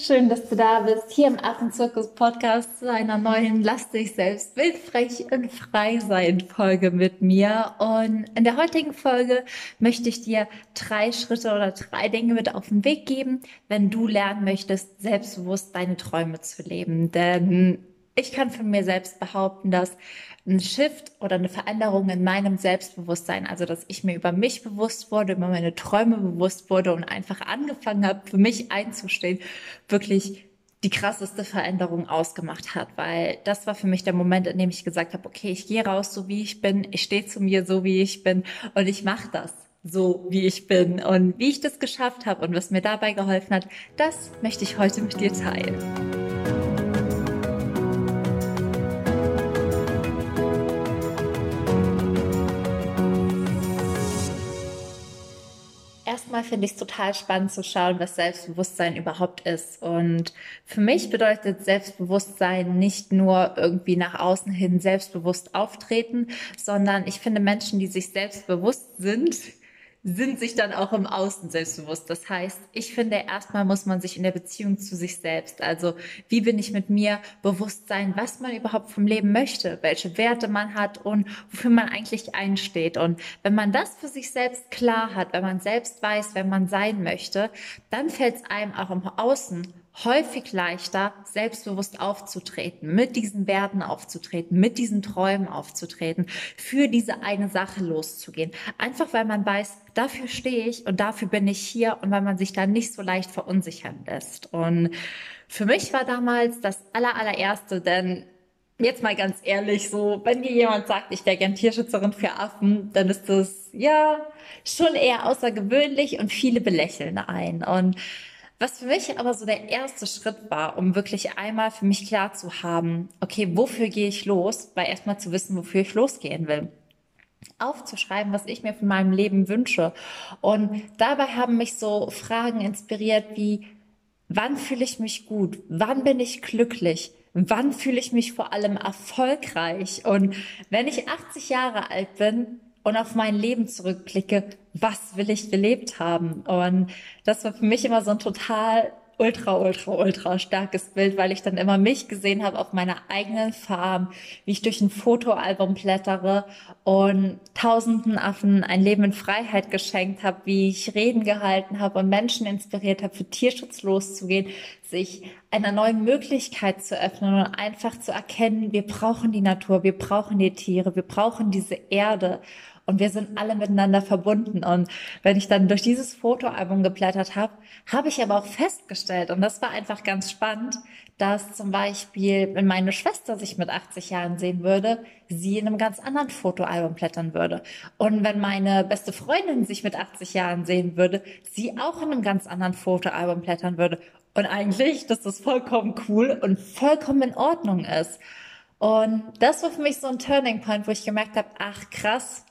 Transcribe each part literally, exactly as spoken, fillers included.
Schön, dass du da bist, hier im Affenzirkus-Podcast zu einer neuen Lass dich selbst wild, frech und frei sein Folge mit mir. Und in der heutigen Folge möchte ich dir drei Schritte oder drei Dinge mit auf den Weg geben, wenn du lernen möchtest, selbstbewusst deine Träume zu leben. Denn ich kann von mir selbst behaupten, dass ein Shift oder eine Veränderung in meinem Selbstbewusstsein, also dass ich mir über mich bewusst wurde, über meine Träume bewusst wurde und einfach angefangen habe, für mich einzustehen, wirklich die krasseste Veränderung ausgemacht hat, weil das war für mich der Moment, in dem ich gesagt habe, okay, ich gehe raus, so wie ich bin, ich stehe zu mir, so wie ich bin und ich mache das so, wie ich bin. Und wie ich das geschafft habe und was mir dabei geholfen hat, das möchte ich heute mit dir teilen. Erstmal finde ich es total spannend zu schauen, was Selbstbewusstsein überhaupt ist. Und für mich bedeutet Selbstbewusstsein nicht nur irgendwie nach außen hin selbstbewusst auftreten, sondern ich finde Menschen, die sich selbstbewusst sind, sind sich dann auch im Außen selbstbewusst. Das heißt, ich finde, erstmal muss man sich in der Beziehung zu sich selbst, also wie bin ich mit mir, bewusst sein, was man überhaupt vom Leben möchte, welche Werte man hat und wofür man eigentlich einsteht. Und wenn man das für sich selbst klar hat, wenn man selbst weiß, wer man sein möchte, dann fällt es einem auch im Außen häufig leichter, selbstbewusst aufzutreten, mit diesen Werten aufzutreten, mit diesen Träumen aufzutreten, für diese eine Sache loszugehen. Einfach weil man weiß, dafür stehe ich und dafür bin ich hier und weil man sich da nicht so leicht verunsichern lässt. Und für mich war damals das aller, allererste, denn jetzt mal ganz ehrlich, so, wenn mir jemand sagt, ich wäre gern Tierschützerin für Affen, dann ist das, ja, schon eher außergewöhnlich und viele belächeln einen. Und was für mich aber so der erste Schritt war, um wirklich einmal für mich klar zu haben, okay, wofür gehe ich los, war erstmal zu wissen, wofür ich losgehen will. Aufzuschreiben, was ich mir von meinem Leben wünsche. Und dabei haben mich so Fragen inspiriert wie, wann fühle ich mich gut? Wann bin ich glücklich? Wann fühle ich mich vor allem erfolgreich? Und wenn ich achtzig Jahre alt bin und auf mein Leben zurückblicke, was will ich gelebt haben? Und das war für mich immer so ein total ultra, ultra, ultra starkes Bild, weil ich dann immer mich gesehen habe auf meiner eigenen Farm, wie ich durch ein Fotoalbum blättere und tausenden Affen ein Leben in Freiheit geschenkt habe, wie ich Reden gehalten habe und Menschen inspiriert habe, für Tierschutz loszugehen, sich einer neuen Möglichkeit zu öffnen und einfach zu erkennen, wir brauchen die Natur, wir brauchen die Tiere, wir brauchen diese Erde. Und wir sind alle miteinander verbunden. Und wenn ich dann durch dieses Fotoalbum geblättert habe, habe ich aber auch festgestellt, und das war einfach ganz spannend, dass zum Beispiel, wenn meine Schwester sich mit achtzig Jahren sehen würde, sie in einem ganz anderen Fotoalbum blättern würde. Und wenn meine beste Freundin sich mit achtzig Jahren sehen würde, sie auch in einem ganz anderen Fotoalbum blättern würde. Und eigentlich, dass das vollkommen cool und vollkommen in Ordnung ist. Und das war für mich so ein Turning Point, wo ich gemerkt habe, ach krass,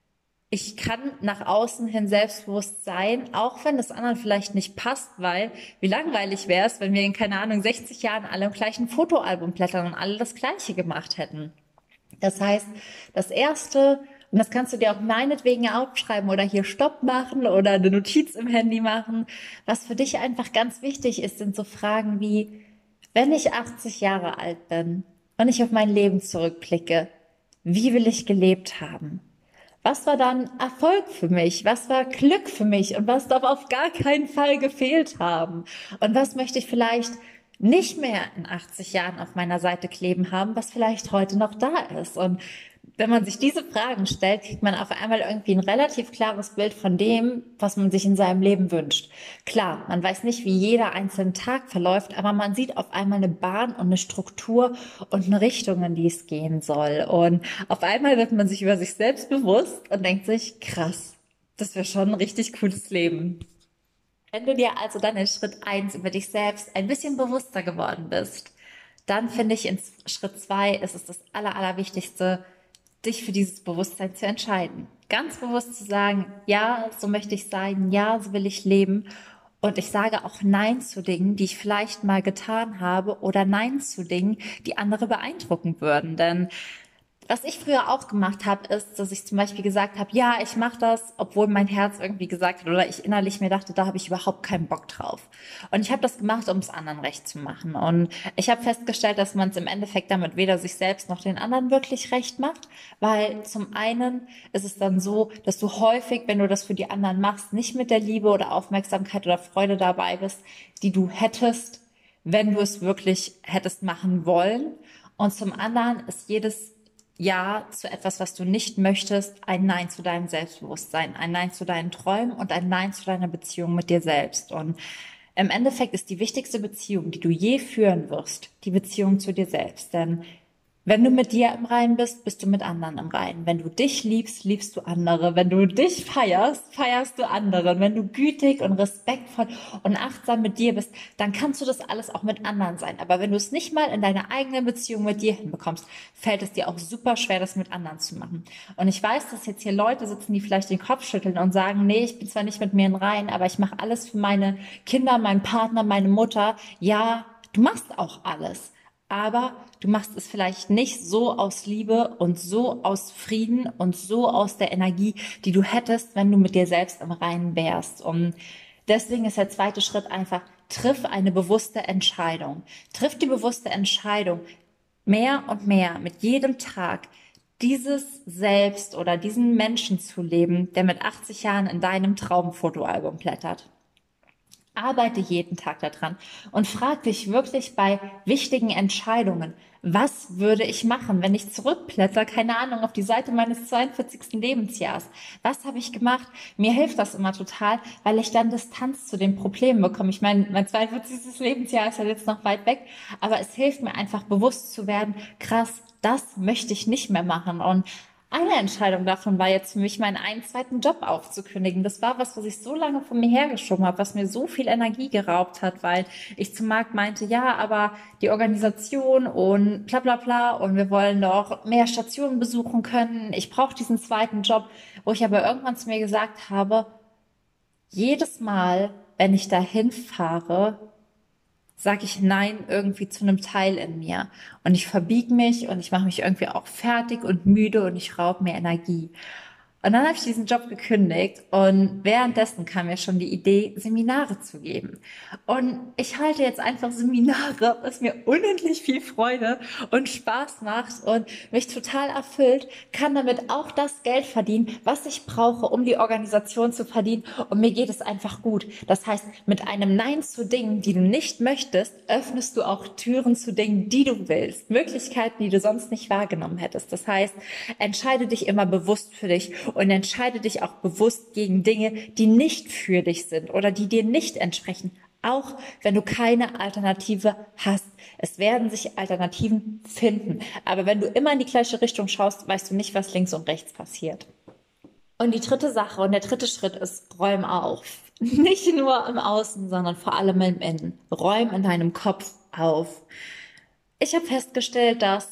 ich kann nach außen hin selbstbewusst sein, auch wenn das anderen vielleicht nicht passt, weil wie langweilig wäre es, wenn wir in, keine Ahnung, sechzig Jahren alle im gleichen Fotoalbum blättern und alle das Gleiche gemacht hätten. Das heißt, das Erste, und das kannst du dir auch meinetwegen aufschreiben oder hier Stopp machen oder eine Notiz im Handy machen, was für dich einfach ganz wichtig ist, sind so Fragen wie, wenn ich achtzig Jahre alt bin und ich auf mein Leben zurückblicke, wie will ich gelebt haben? Was war dann Erfolg für mich? Was war Glück für mich? Und was darf auf gar keinen Fall gefehlt haben? Und was möchte ich vielleicht nicht mehr in achtzig Jahren auf meiner Seite kleben haben, was vielleicht heute noch da ist? Und wenn man sich diese Fragen stellt, kriegt man auf einmal irgendwie ein relativ klares Bild von dem, was man sich in seinem Leben wünscht. Klar, man weiß nicht, wie jeder einzelne Tag verläuft, aber man sieht auf einmal eine Bahn und eine Struktur und eine Richtung, in die es gehen soll. Und auf einmal wird man sich über sich selbst bewusst und denkt sich, krass, das wäre schon ein richtig cooles Leben. Wenn du dir also dann in Schritt eins über dich selbst ein bisschen bewusster geworden bist, dann finde ich, in Schritt zwei ist es das Aller, Allerwichtigste, dich für dieses Bewusstsein zu entscheiden. Ganz bewusst zu sagen, ja, so möchte ich sein, ja, so will ich leben. Und ich sage auch Nein zu Dingen, die ich vielleicht mal getan habe oder Nein zu Dingen, die andere beeindrucken würden. Denn Was ich früher auch gemacht habe, ist, dass ich zum Beispiel gesagt habe, ja, ich mache das, obwohl mein Herz irgendwie gesagt hat oder ich innerlich mir dachte, da habe ich überhaupt keinen Bock drauf. Und ich habe das gemacht, um es anderen recht zu machen. Und ich habe festgestellt, dass man es im Endeffekt damit weder sich selbst noch den anderen wirklich recht macht, weil zum einen ist es dann so, dass du häufig, wenn du das für die anderen machst, nicht mit der Liebe oder Aufmerksamkeit oder Freude dabei bist, die du hättest, wenn du es wirklich hättest machen wollen. Und zum anderen ist jedes Ja zu etwas, was du nicht möchtest, ein Nein zu deinem Selbstbewusstsein, ein Nein zu deinen Träumen und ein Nein zu deiner Beziehung mit dir selbst. Und im Endeffekt ist die wichtigste Beziehung, die du je führen wirst, die Beziehung zu dir selbst. Denn wenn du mit dir im Reinen bist, bist du mit anderen im Reinen. Wenn du dich liebst, liebst du andere. Wenn du dich feierst, feierst du andere. Wenn du gütig und respektvoll und achtsam mit dir bist, dann kannst du das alles auch mit anderen sein. Aber wenn du es nicht mal in deiner eigenen Beziehung mit dir hinbekommst, fällt es dir auch super schwer, das mit anderen zu machen. Und ich weiß, dass jetzt hier Leute sitzen, die vielleicht den Kopf schütteln und sagen, nee, ich bin zwar nicht mit mir im Reinen, aber ich mache alles für meine Kinder, meinen Partner, meine Mutter. Ja, du machst auch alles. Aber du machst es vielleicht nicht so aus Liebe und so aus Frieden und so aus der Energie, die du hättest, wenn du mit dir selbst im Reinen wärst. Und deswegen ist der zweite Schritt einfach, triff eine bewusste Entscheidung. Triff die bewusste Entscheidung, mehr und mehr mit jedem Tag dieses Selbst oder diesen Menschen zu leben, der mit achtzig Jahren in deinem Traumfotoalbum blättert. Arbeite jeden Tag daran und frag dich wirklich bei wichtigen Entscheidungen, was würde ich machen, wenn ich zurückblätter, keine Ahnung, auf die Seite meines zweiundvierzigsten Lebensjahres? Was habe ich gemacht? Mir hilft das immer total, weil ich dann Distanz zu den Problemen bekomme. Ich meine, mein zweiundvierzigstes Lebensjahr ist ja jetzt noch weit weg, aber es hilft mir einfach bewusst zu werden, krass, das möchte ich nicht mehr machen. Und eine Entscheidung davon war jetzt für mich, meinen einen zweiten Job aufzukündigen. Das war was, was ich so lange von mir hergeschoben habe, was mir so viel Energie geraubt hat, weil ich zum Markt meinte, ja, aber die Organisation und bla bla bla und wir wollen doch mehr Stationen besuchen können. Ich brauche diesen zweiten Job, wo ich aber irgendwann zu mir gesagt habe, jedes Mal, wenn ich dahin fahre, sage ich Nein irgendwie zu einem Teil in mir. Und ich verbieg mich und ich mache mich irgendwie auch fertig und müde und ich raub mir Energie. Und dann habe ich diesen Job gekündigt und währenddessen kam mir schon die Idee, Seminare zu geben. Und ich halte jetzt einfach Seminare, was mir unendlich viel Freude und Spaß macht und mich total erfüllt, kann damit auch das Geld verdienen, was ich brauche, um die Organisation zu verdienen. Und mir geht es einfach gut. Das heißt, mit einem Nein zu Dingen, die du nicht möchtest, öffnest du auch Türen zu Dingen, die du willst. Möglichkeiten, die du sonst nicht wahrgenommen hättest. Das heißt, entscheide dich immer bewusst für dich und entscheide dich auch bewusst gegen Dinge, die nicht für dich sind oder die dir nicht entsprechen, auch wenn du keine Alternative hast. Es werden sich Alternativen finden, aber wenn du immer in die gleiche Richtung schaust, weißt du nicht, was links und rechts passiert. Und die dritte Sache und der dritte Schritt ist, räum auf. Nicht nur im Außen, sondern vor allem im Innen. Räum in deinem Kopf auf. Ich habe festgestellt, dass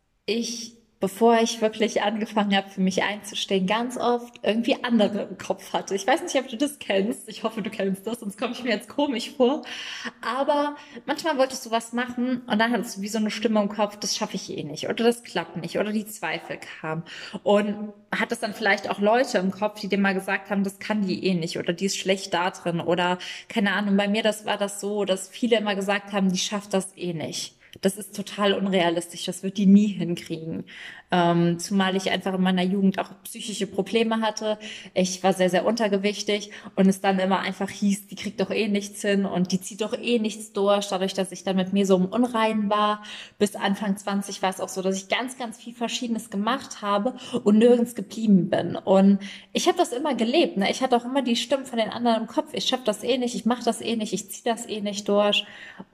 ich, bevor ich wirklich angefangen habe, für mich einzustehen, ganz oft irgendwie andere im Kopf hatte. Ich weiß nicht, ob du das kennst. Ich hoffe, du kennst das, sonst komme ich mir jetzt komisch vor. Aber manchmal wolltest du was machen und dann hattest du wie so eine Stimme im Kopf, das schaffe ich eh nicht oder das klappt nicht oder die Zweifel kamen. Und hattest dann vielleicht auch Leute im Kopf, die dir mal gesagt haben, das kann die eh nicht oder die ist schlecht da drin oder keine Ahnung. Bei mir das war das so, dass viele immer gesagt haben, die schafft das eh nicht. Das ist total unrealistisch, das wird die nie hinkriegen. Ähm, zumal ich einfach in meiner Jugend auch psychische Probleme hatte. Ich war sehr, sehr untergewichtig und es dann immer einfach hieß, die kriegt doch eh nichts hin und die zieht doch eh nichts durch, dadurch, dass ich dann mit mir so im Unreinen war. Bis Anfang zwanzig war es auch so, dass ich ganz, ganz viel Verschiedenes gemacht habe und nirgends geblieben bin. Und ich habe das immer gelebt. Ne? Ich hatte auch immer die Stimmen von den anderen im Kopf. Ich schaffe das eh nicht, ich mache das eh nicht, ich ziehe das eh nicht durch.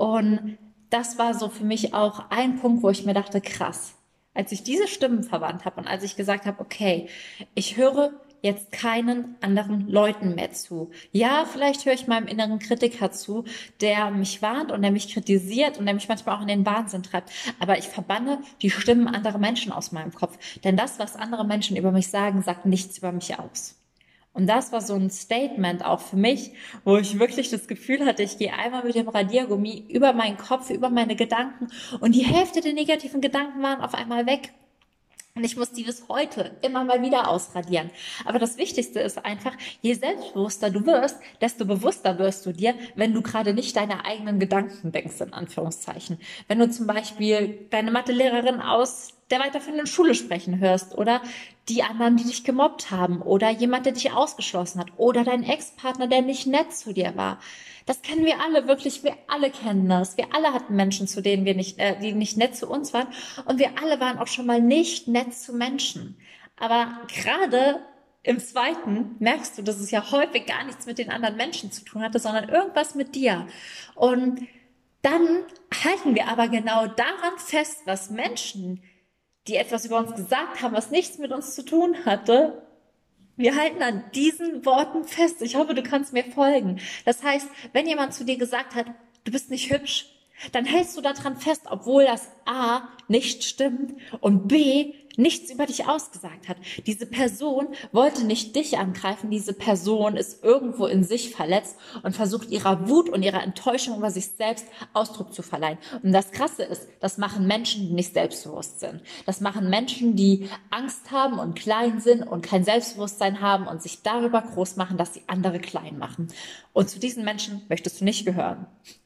Und das war so für mich auch ein Punkt, wo ich mir dachte, krass, als ich diese Stimmen verwandt habe und als ich gesagt habe, okay, ich höre jetzt keinen anderen Leuten mehr zu. Ja, vielleicht höre ich meinem inneren Kritiker zu, der mich warnt und der mich kritisiert und der mich manchmal auch in den Wahnsinn treibt. Aber ich verbanne die Stimmen anderer Menschen aus meinem Kopf. Denn das, was andere Menschen über mich sagen, sagt nichts über mich aus. Und das war so ein Statement auch für mich, wo ich wirklich das Gefühl hatte, ich gehe einmal mit dem Radiergummi über meinen Kopf, über meine Gedanken und die Hälfte der negativen Gedanken waren auf einmal weg. Und ich muss die bis heute immer mal wieder ausradieren. Aber das Wichtigste ist einfach, je selbstbewusster du wirst, desto bewusster wirst du dir, wenn du gerade nicht deine eigenen Gedanken denkst, in Anführungszeichen. Wenn du zum Beispiel deine Mathelehrerin aus der weiterführenden Schule sprechen hörst oder die anderen, die dich gemobbt haben oder jemand, der dich ausgeschlossen hat oder dein Ex-Partner, der nicht nett zu dir war. Das kennen wir alle wirklich, wir alle kennen das. Wir alle hatten Menschen, zu denen wir nicht, äh, die nicht nett zu uns waren und wir alle waren auch schon mal nicht nett zu Menschen. Aber gerade im zweiten merkst du, dass es ja häufig gar nichts mit den anderen Menschen zu tun hatte, sondern irgendwas mit dir. Und dann halten wir aber genau daran fest, was Menschen, die etwas über uns gesagt haben, was nichts mit uns zu tun hatte, wir halten an diesen Worten fest. Ich hoffe, du kannst mir folgen. Das heißt, wenn jemand zu dir gesagt hat, du bist nicht hübsch, dann hältst du daran fest, obwohl das A nicht stimmt und B nichts über dich ausgesagt hat. Diese Person wollte nicht dich angreifen. Diese Person ist irgendwo in sich verletzt und versucht ihrer Wut und ihrer Enttäuschung über sich selbst Ausdruck zu verleihen. Und das Krasse ist, das machen Menschen, die nicht selbstbewusst sind. Das machen Menschen, die Angst haben und klein sind und kein Selbstbewusstsein haben und sich darüber groß machen, dass sie andere klein machen. Und zu diesen Menschen möchtest du nicht gehören.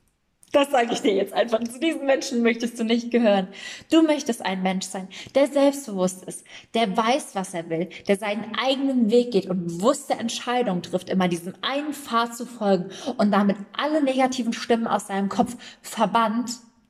Das sage ich dir jetzt einfach. Zu diesen Menschen möchtest du nicht gehören. Du möchtest ein Mensch sein, der selbstbewusst ist, der weiß, was er will, der seinen eigenen Weg geht und bewusste Entscheidungen trifft, immer diesem einen Pfad zu folgen und damit alle negativen Stimmen aus seinem Kopf verbannt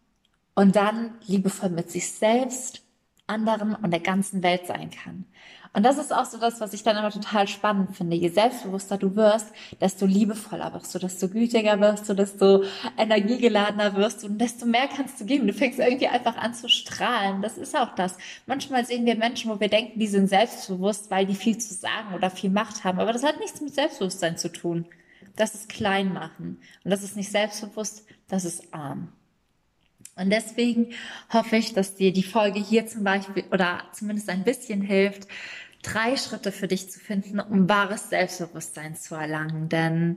und dann liebevoll mit sich selbst, anderen und der ganzen Welt sein kann. Und das ist auch so das, was ich dann immer total spannend finde. Je selbstbewusster du wirst, desto liebevoller wirst du, desto gütiger wirst du, desto energiegeladener wirst du und desto mehr kannst du geben. Du fängst irgendwie einfach an zu strahlen. Das ist auch das. Manchmal sehen wir Menschen, wo wir denken, die sind selbstbewusst, weil die viel zu sagen oder viel Macht haben. Aber das hat nichts mit Selbstbewusstsein zu tun. Das ist klein machen. Und das ist nicht selbstbewusst, das ist arm. Und deswegen hoffe ich, dass dir die Folge hier zum Beispiel oder zumindest ein bisschen hilft, drei Schritte für dich zu finden, um wahres Selbstbewusstsein zu erlangen. Denn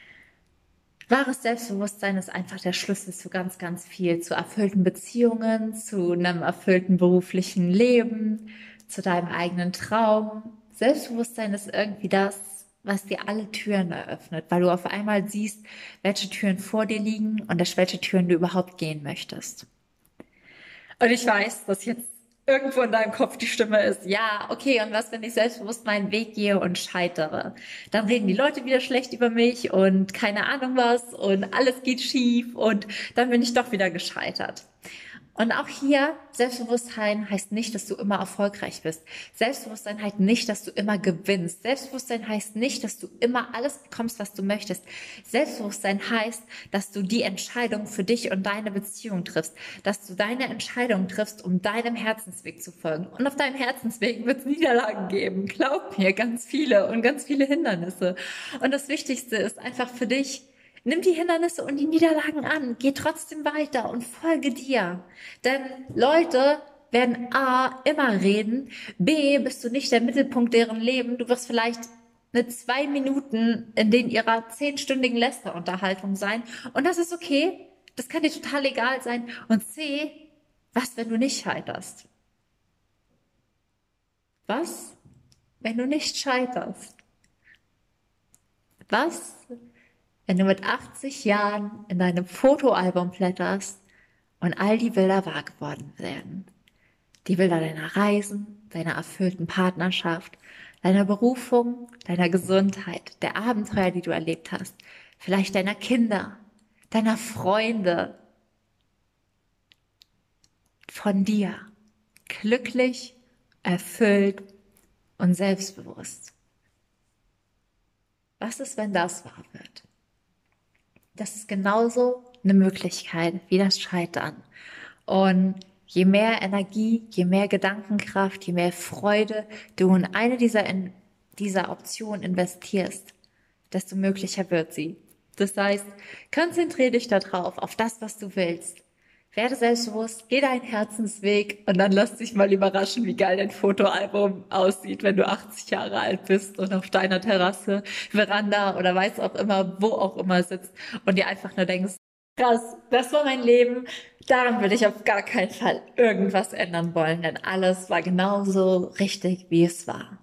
wahres Selbstbewusstsein ist einfach der Schlüssel zu ganz, ganz viel, zu erfüllten Beziehungen, zu einem erfüllten beruflichen Leben, zu deinem eigenen Traum. Selbstbewusstsein ist irgendwie das, was dir alle Türen eröffnet, weil du auf einmal siehst, welche Türen vor dir liegen und durch welche Türen du überhaupt gehen möchtest. Und ich weiß, dass jetzt irgendwo in deinem Kopf die Stimme ist, ja, okay, und was, wenn ich selbstbewusst meinen Weg gehe und scheitere? Dann reden die Leute wieder schlecht über mich und keine Ahnung was und alles geht schief und dann bin ich doch wieder gescheitert. Und auch hier, Selbstbewusstsein heißt nicht, dass du immer erfolgreich bist. Selbstbewusstsein heißt nicht, dass du immer gewinnst. Selbstbewusstsein heißt nicht, dass du immer alles bekommst, was du möchtest. Selbstbewusstsein heißt, dass du die Entscheidung für dich und deine Beziehung triffst. Dass du deine Entscheidung triffst, um deinem Herzensweg zu folgen. Und auf deinem Herzensweg wird es Niederlagen geben. Glaub mir, ganz viele und ganz viele Hindernisse. Und das Wichtigste ist einfach für dich, nimm die Hindernisse und die Niederlagen an. Geh trotzdem weiter und folge dir. Denn Leute werden A, immer reden. B, bist du nicht der Mittelpunkt deren Leben. Du wirst vielleicht eine zwei Minuten in denen ihrer zehnstündigen Lästerunterhaltung sein. Und das ist okay. Das kann dir total egal sein. Und C, was, wenn du nicht scheiterst? Was, wenn du nicht scheiterst? Was, wenn du mit achtzig Jahren in deinem Fotoalbum blätterst und all die Bilder wahr geworden werden? Die Bilder deiner Reisen, deiner erfüllten Partnerschaft, deiner Berufung, deiner Gesundheit, der Abenteuer, die du erlebt hast, vielleicht deiner Kinder, deiner Freunde, von dir, glücklich, erfüllt und selbstbewusst. Was ist, wenn das wahr wird? Das ist genauso eine Möglichkeit wie das Scheitern. Und je mehr Energie, je mehr Gedankenkraft, je mehr Freude du in eine dieser, in dieser Optionen investierst, desto möglicher wird sie. Das heißt, konzentriere dich darauf, auf das, was du willst. Werde selbstbewusst, geh deinen Herzensweg und dann lass dich mal überraschen, wie geil dein Fotoalbum aussieht, wenn du achtzig Jahre alt bist und auf deiner Terrasse, Veranda oder weiß auch immer, wo auch immer sitzt und dir einfach nur denkst, Krass, das war mein Leben. Daran würde ich auf gar keinen Fall irgendwas ändern wollen, denn alles war genauso richtig, wie es war.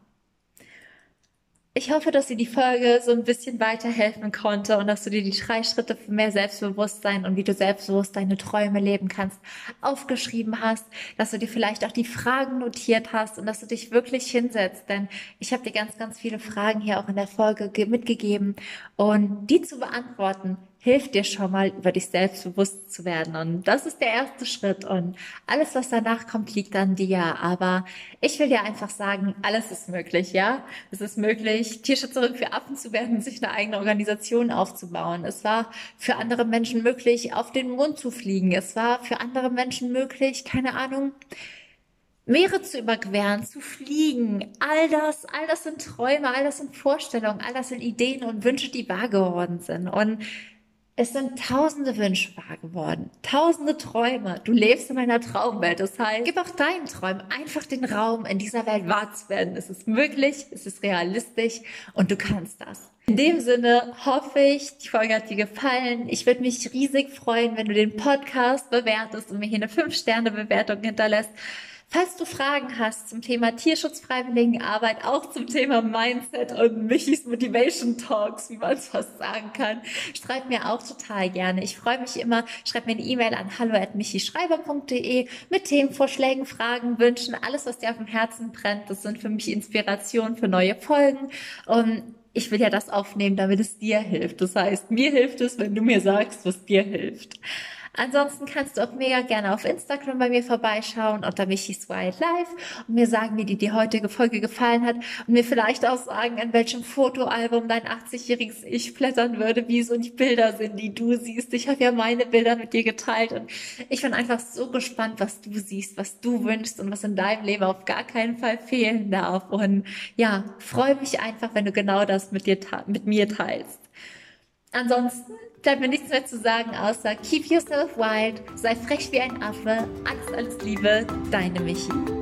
Ich hoffe, dass dir die Folge so ein bisschen weiterhelfen konnte und dass du dir die drei Schritte für mehr Selbstbewusstsein und wie du selbstbewusst deine Träume leben kannst, aufgeschrieben hast, dass du dir vielleicht auch die Fragen notiert hast und dass du dich wirklich hinsetzt, denn ich habe dir ganz, ganz viele Fragen hier auch in der Folge mitgegeben und die zu beantworten, hilft dir schon mal, über dich selbst bewusst zu werden. Und das ist der erste Schritt. Und alles, was danach kommt, liegt an dir. Aber ich will dir einfach sagen, alles ist möglich, ja? Es ist möglich, Tierschützerin für Affen zu werden, sich eine eigene Organisation aufzubauen. Es war für andere Menschen möglich, auf den Mond zu fliegen. Es war für andere Menschen möglich, keine Ahnung, Meere zu überqueren, zu fliegen. All das, all das sind Träume, all das sind Vorstellungen, all das sind Ideen und Wünsche, die wahr geworden sind. Und es sind tausende Wünsche wahr geworden, tausende Träume. Du lebst in einer Traumwelt. Das heißt, gib auch deinen Träumen einfach den Raum, in dieser Welt wahr zu werden. Es ist möglich, es ist realistisch und du kannst das. In dem Sinne hoffe ich, die Folge hat dir gefallen. Ich würde mich riesig freuen, wenn du den Podcast bewertest und mir hier eine fünf Sterne Bewertung hinterlässt. Falls du Fragen hast zum Thema Tierschutzfreiwilligenarbeit, auch zum Thema Mindset und Michis Motivation Talks, wie man es fast sagen kann, schreib mir auch total gerne. Ich freue mich immer. Schreib mir eine E-Mail an hallo at michischreiber punkt de mit Themenvorschlägen, Fragen, Wünschen, alles, was dir auf dem Herzen brennt. Das sind für mich Inspirationen für neue Folgen. Und ich will ja das aufnehmen, damit es dir hilft. Das heißt, mir hilft es, wenn du mir sagst, was dir hilft. Ansonsten kannst du auch mega gerne auf Instagram bei mir vorbeischauen unter Michis Wildlife und mir sagen, wie dir die heutige Folge gefallen hat und mir vielleicht auch sagen, in welchem Fotoalbum dein achtzigjähriges Ich blättern würde, wie so die Bilder sind, die du siehst. Ich habe ja meine Bilder mit dir geteilt und ich bin einfach so gespannt, was du siehst, was du wünschst und was in deinem Leben auf gar keinen Fall fehlen darf. Und ja, freue mich einfach, wenn du genau das mit dir, mit mir teilst. Ansonsten bleibt mir nichts mehr zu sagen, außer keep yourself wild, sei frech wie ein Affe, alles, alles Liebe, deine Michi.